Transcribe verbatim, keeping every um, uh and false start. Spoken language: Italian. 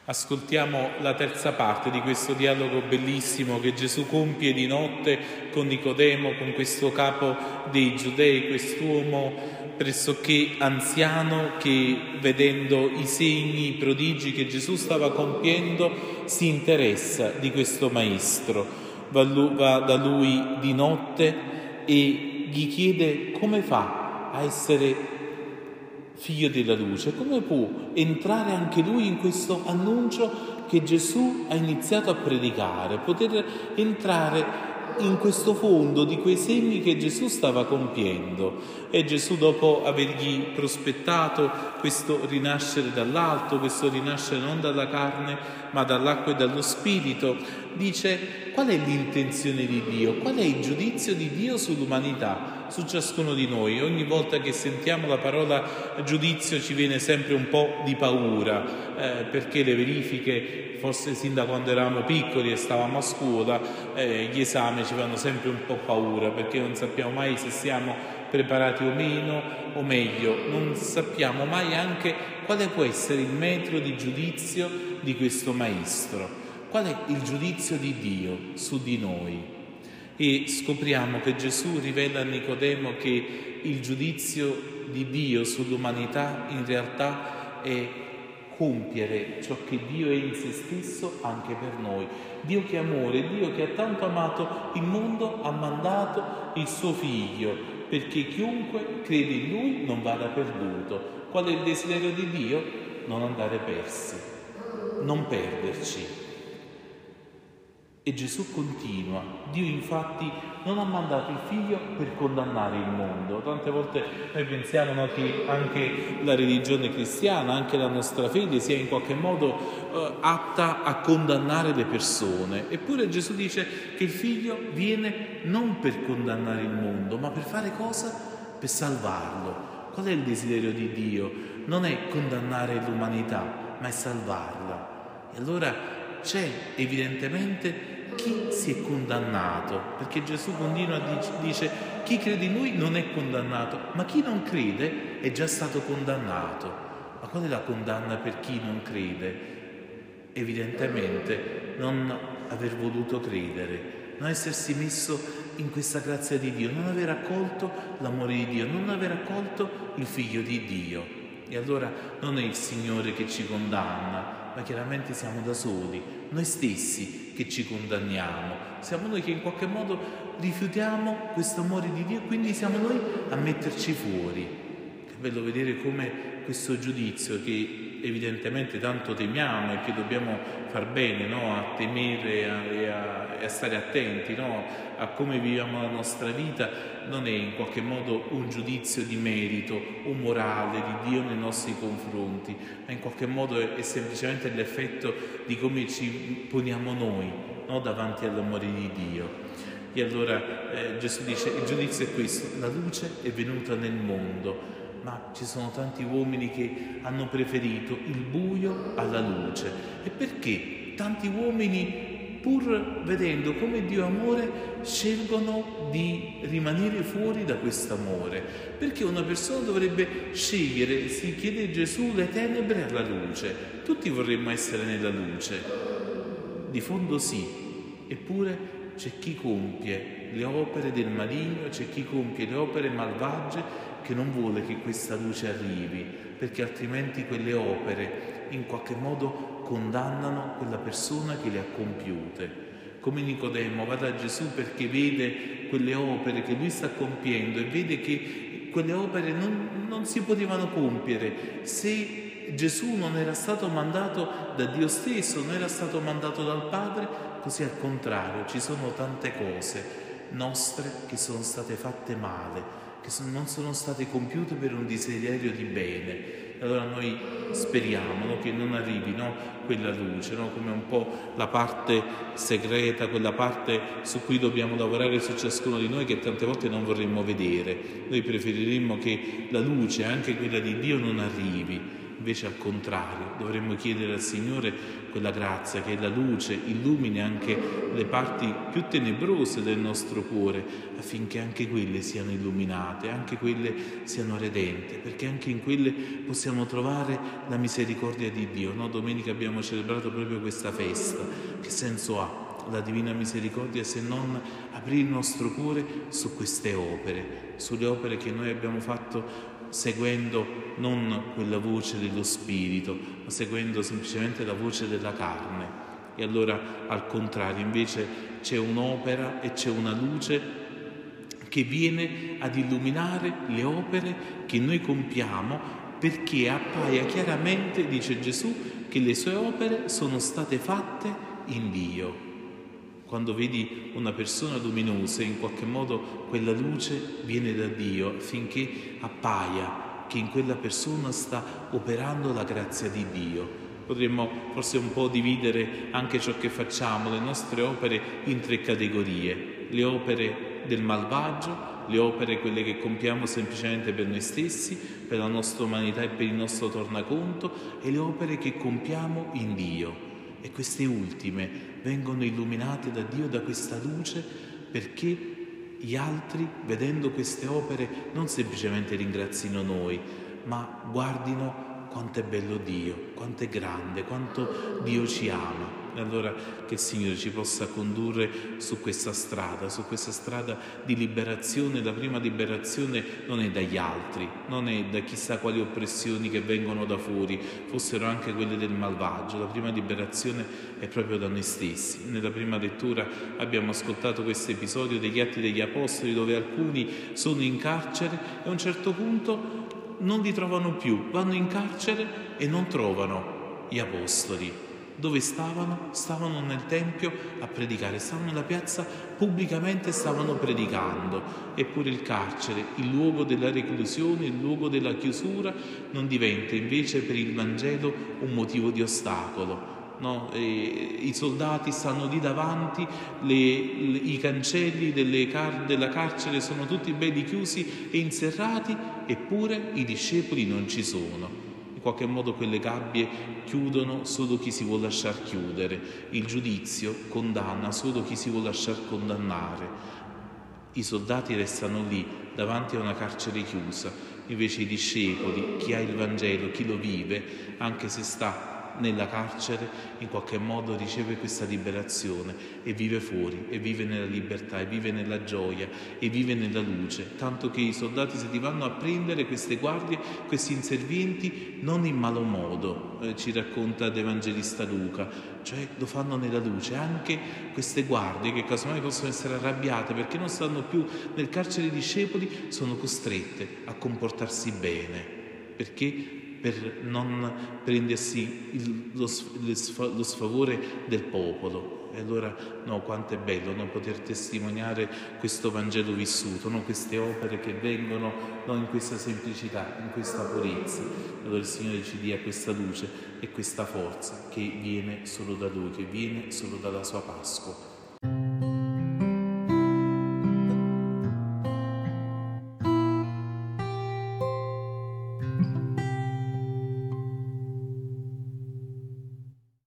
Ascoltiamo la terza parte di questo dialogo bellissimo che Gesù compie di notte con Nicodemo, con questo capo dei Giudei, quest'uomo pressoché anziano che, vedendo i segni, i prodigi che Gesù stava compiendo, si interessa di questo maestro. Va, lui, va da lui di notte e gli chiede come fa a essere figlio della luce, come può entrare anche lui in questo annuncio che Gesù ha iniziato a predicare, poter entrare in questo fondo di quei segni che Gesù stava compiendo. E Gesù, dopo avergli prospettato questo rinascere dall'alto, questo rinascere non dalla carne ma dall'acqua e dallo Spirito, dice: qual è l'intenzione di Dio? Qual è il giudizio di Dio sull'umanità, su ciascuno di noi? Ogni volta che sentiamo la parola giudizio ci viene sempre un po' di paura, eh, perché le verifiche, forse sin da quando eravamo piccoli e stavamo a scuola, eh, gli esami ci fanno sempre un po' paura, perché non sappiamo mai se siamo preparati o meno, o meglio, non sappiamo mai anche quale può essere il metro di giudizio di questo maestro. Qual è il giudizio di Dio su di noi? E scopriamo che Gesù rivela a Nicodemo che il giudizio di Dio sull'umanità in realtà è compiere ciò che Dio è in se stesso anche per noi. Dio che è amore, Dio che ha tanto amato il mondo, ha mandato il suo Figlio, perché chiunque crede in Lui non vada perduto. Qual è il desiderio di Dio? Non andare persi, non perderci. E Gesù continua. Dio infatti non ha mandato il Figlio per condannare il mondo. Tante volte noi pensiamo, no, che anche la religione cristiana, anche la nostra fede sia in qualche modo eh, atta a condannare le persone. Eppure Gesù dice che il Figlio viene non per condannare il mondo, ma per fare cosa? Per salvarlo. Qual è il desiderio di Dio? Non è condannare l'umanità, ma è salvarla. E allora c'è evidentemente chi si è condannato, perché Gesù continua a dice, dice chi crede in Lui non è condannato, ma chi non crede è già stato condannato. Ma qual è la condanna per chi non crede? Evidentemente non aver voluto credere, non essersi messo in questa grazia di Dio, non aver accolto l'amore di Dio, non aver accolto il Figlio di Dio. E allora non è il Signore che ci condanna, ma chiaramente siamo da soli, noi stessi che ci condanniamo, siamo noi che in qualche modo rifiutiamo questo amore di Dio, quindi siamo noi a metterci fuori. Che bello vedere come questo giudizio che evidentemente tanto temiamo e che dobbiamo far bene, no? A temere e a, a stare attenti, no? A come viviamo la nostra vita, non è in qualche modo un giudizio di merito o morale di Dio nei nostri confronti, ma in qualche modo è, è semplicemente l'effetto di come ci poniamo noi, no? Davanti all'amore di Dio. E allora eh, Gesù dice: il giudizio è questo, la luce è venuta nel mondo, ma ci sono tanti uomini che hanno preferito il buio alla luce. E perché tanti uomini, pur vedendo come Dio è amore, scelgono di rimanere fuori da questo amore? Perché una persona dovrebbe scegliere, si chiede Gesù, le tenebre alla luce? Tutti vorremmo essere nella luce, di fondo sì, eppure c'è chi compie le opere del maligno, c'è chi compie le opere malvagie, che non vuole che questa luce arrivi, perché altrimenti quelle opere in qualche modo condannano quella persona che le ha compiute. Come Nicodemo va da Gesù perché vede quelle opere che lui sta compiendo e vede che quelle opere non, non si potevano compiere se Gesù non era stato mandato da Dio stesso, non era stato mandato dal Padre. Così al contrario ci sono tante cose nostre che sono state fatte male, che non sono state compiute per un desiderio di bene. Allora noi speriamo, no, che non arrivi, no, quella luce, no, come un po' la parte segreta, quella parte su cui dobbiamo lavorare su ciascuno di noi, che tante volte non vorremmo vedere. Noi preferiremmo che la luce, anche quella di Dio, non arrivi, Invece al contrario, dovremmo chiedere al Signore quella grazia che la luce illumini anche le parti più tenebrose del nostro cuore, affinché anche quelle siano illuminate, anche quelle siano redente, perché anche in quelle possiamo trovare la misericordia di Dio. No? Domenica abbiamo celebrato proprio questa festa. Che senso ha la Divina Misericordia se non aprire il nostro cuore su queste opere, sulle opere che noi abbiamo fatto seguendo non quella voce dello Spirito, ma seguendo semplicemente la voce della carne. E allora al contrario invece c'è un'opera e c'è una luce che viene ad illuminare le opere che noi compiamo, perché appaia chiaramente, dice Gesù, che le sue opere sono state fatte in Dio. Quando vedi una persona luminosa, in qualche modo quella luce viene da Dio, affinché appaia che in quella persona sta operando la grazia di Dio. Potremmo forse un po' dividere anche ciò che facciamo, le nostre opere, in tre categorie: le opere del malvagio, le opere quelle che compiamo semplicemente per noi stessi, per la nostra umanità e per il nostro tornaconto, e le opere che compiamo in Dio. E queste ultime vengono illuminate da Dio, da questa luce, perché gli altri, vedendo queste opere, non semplicemente ringrazino noi, ma guardino quanto è bello Dio, quanto è grande, quanto Dio ci ama. E allora che il Signore ci possa condurre su questa strada, su questa strada di liberazione. La prima liberazione non è dagli altri, non è da chissà quali oppressioni che vengono da fuori, fossero anche quelle del malvagio. La prima liberazione è proprio da noi stessi. Nella prima lettura abbiamo ascoltato questo episodio degli Atti degli Apostoli, dove alcuni sono in carcere e a un certo punto non li trovano più, vanno in carcere e non trovano gli apostoli. Dove stavano? Stavano nel Tempio a predicare, stavano nella piazza pubblicamente, stavano predicando. Eppure il carcere, il luogo della reclusione, il luogo della chiusura, non diventa invece per il Vangelo un motivo di ostacolo. No? E i soldati stanno lì davanti, le, le, i cancelli delle car- della carcere sono tutti belli chiusi e inserrati, eppure i discepoli non ci sono. In qualche modo quelle gabbie chiudono solo chi si vuole lasciar chiudere, il giudizio condanna solo chi si vuole lasciar condannare. I soldati restano lì davanti a una carcere chiusa, invece i discepoli, chi ha il Vangelo, chi lo vive, anche se sta nella carcere, in qualche modo riceve questa liberazione e vive fuori, e vive nella libertà, e vive nella gioia, e vive nella luce, tanto che i soldati se li vanno a prendere, queste guardie, questi inservienti, non in malo modo, eh, ci racconta l'Evangelista Luca, cioè lo fanno nella luce. Anche queste guardie, che casomai possono essere arrabbiate perché non stanno più nel carcere dei discepoli, sono costrette a comportarsi bene, perché per non prendersi il, lo, lo sfavore del popolo. E allora, no, quanto è bello non poter testimoniare questo Vangelo vissuto, no? Queste opere che vengono, no, in questa semplicità, in questa purezza. E allora il Signore ci dia questa luce e questa forza che viene solo da Lui, che viene solo dalla sua Pasqua.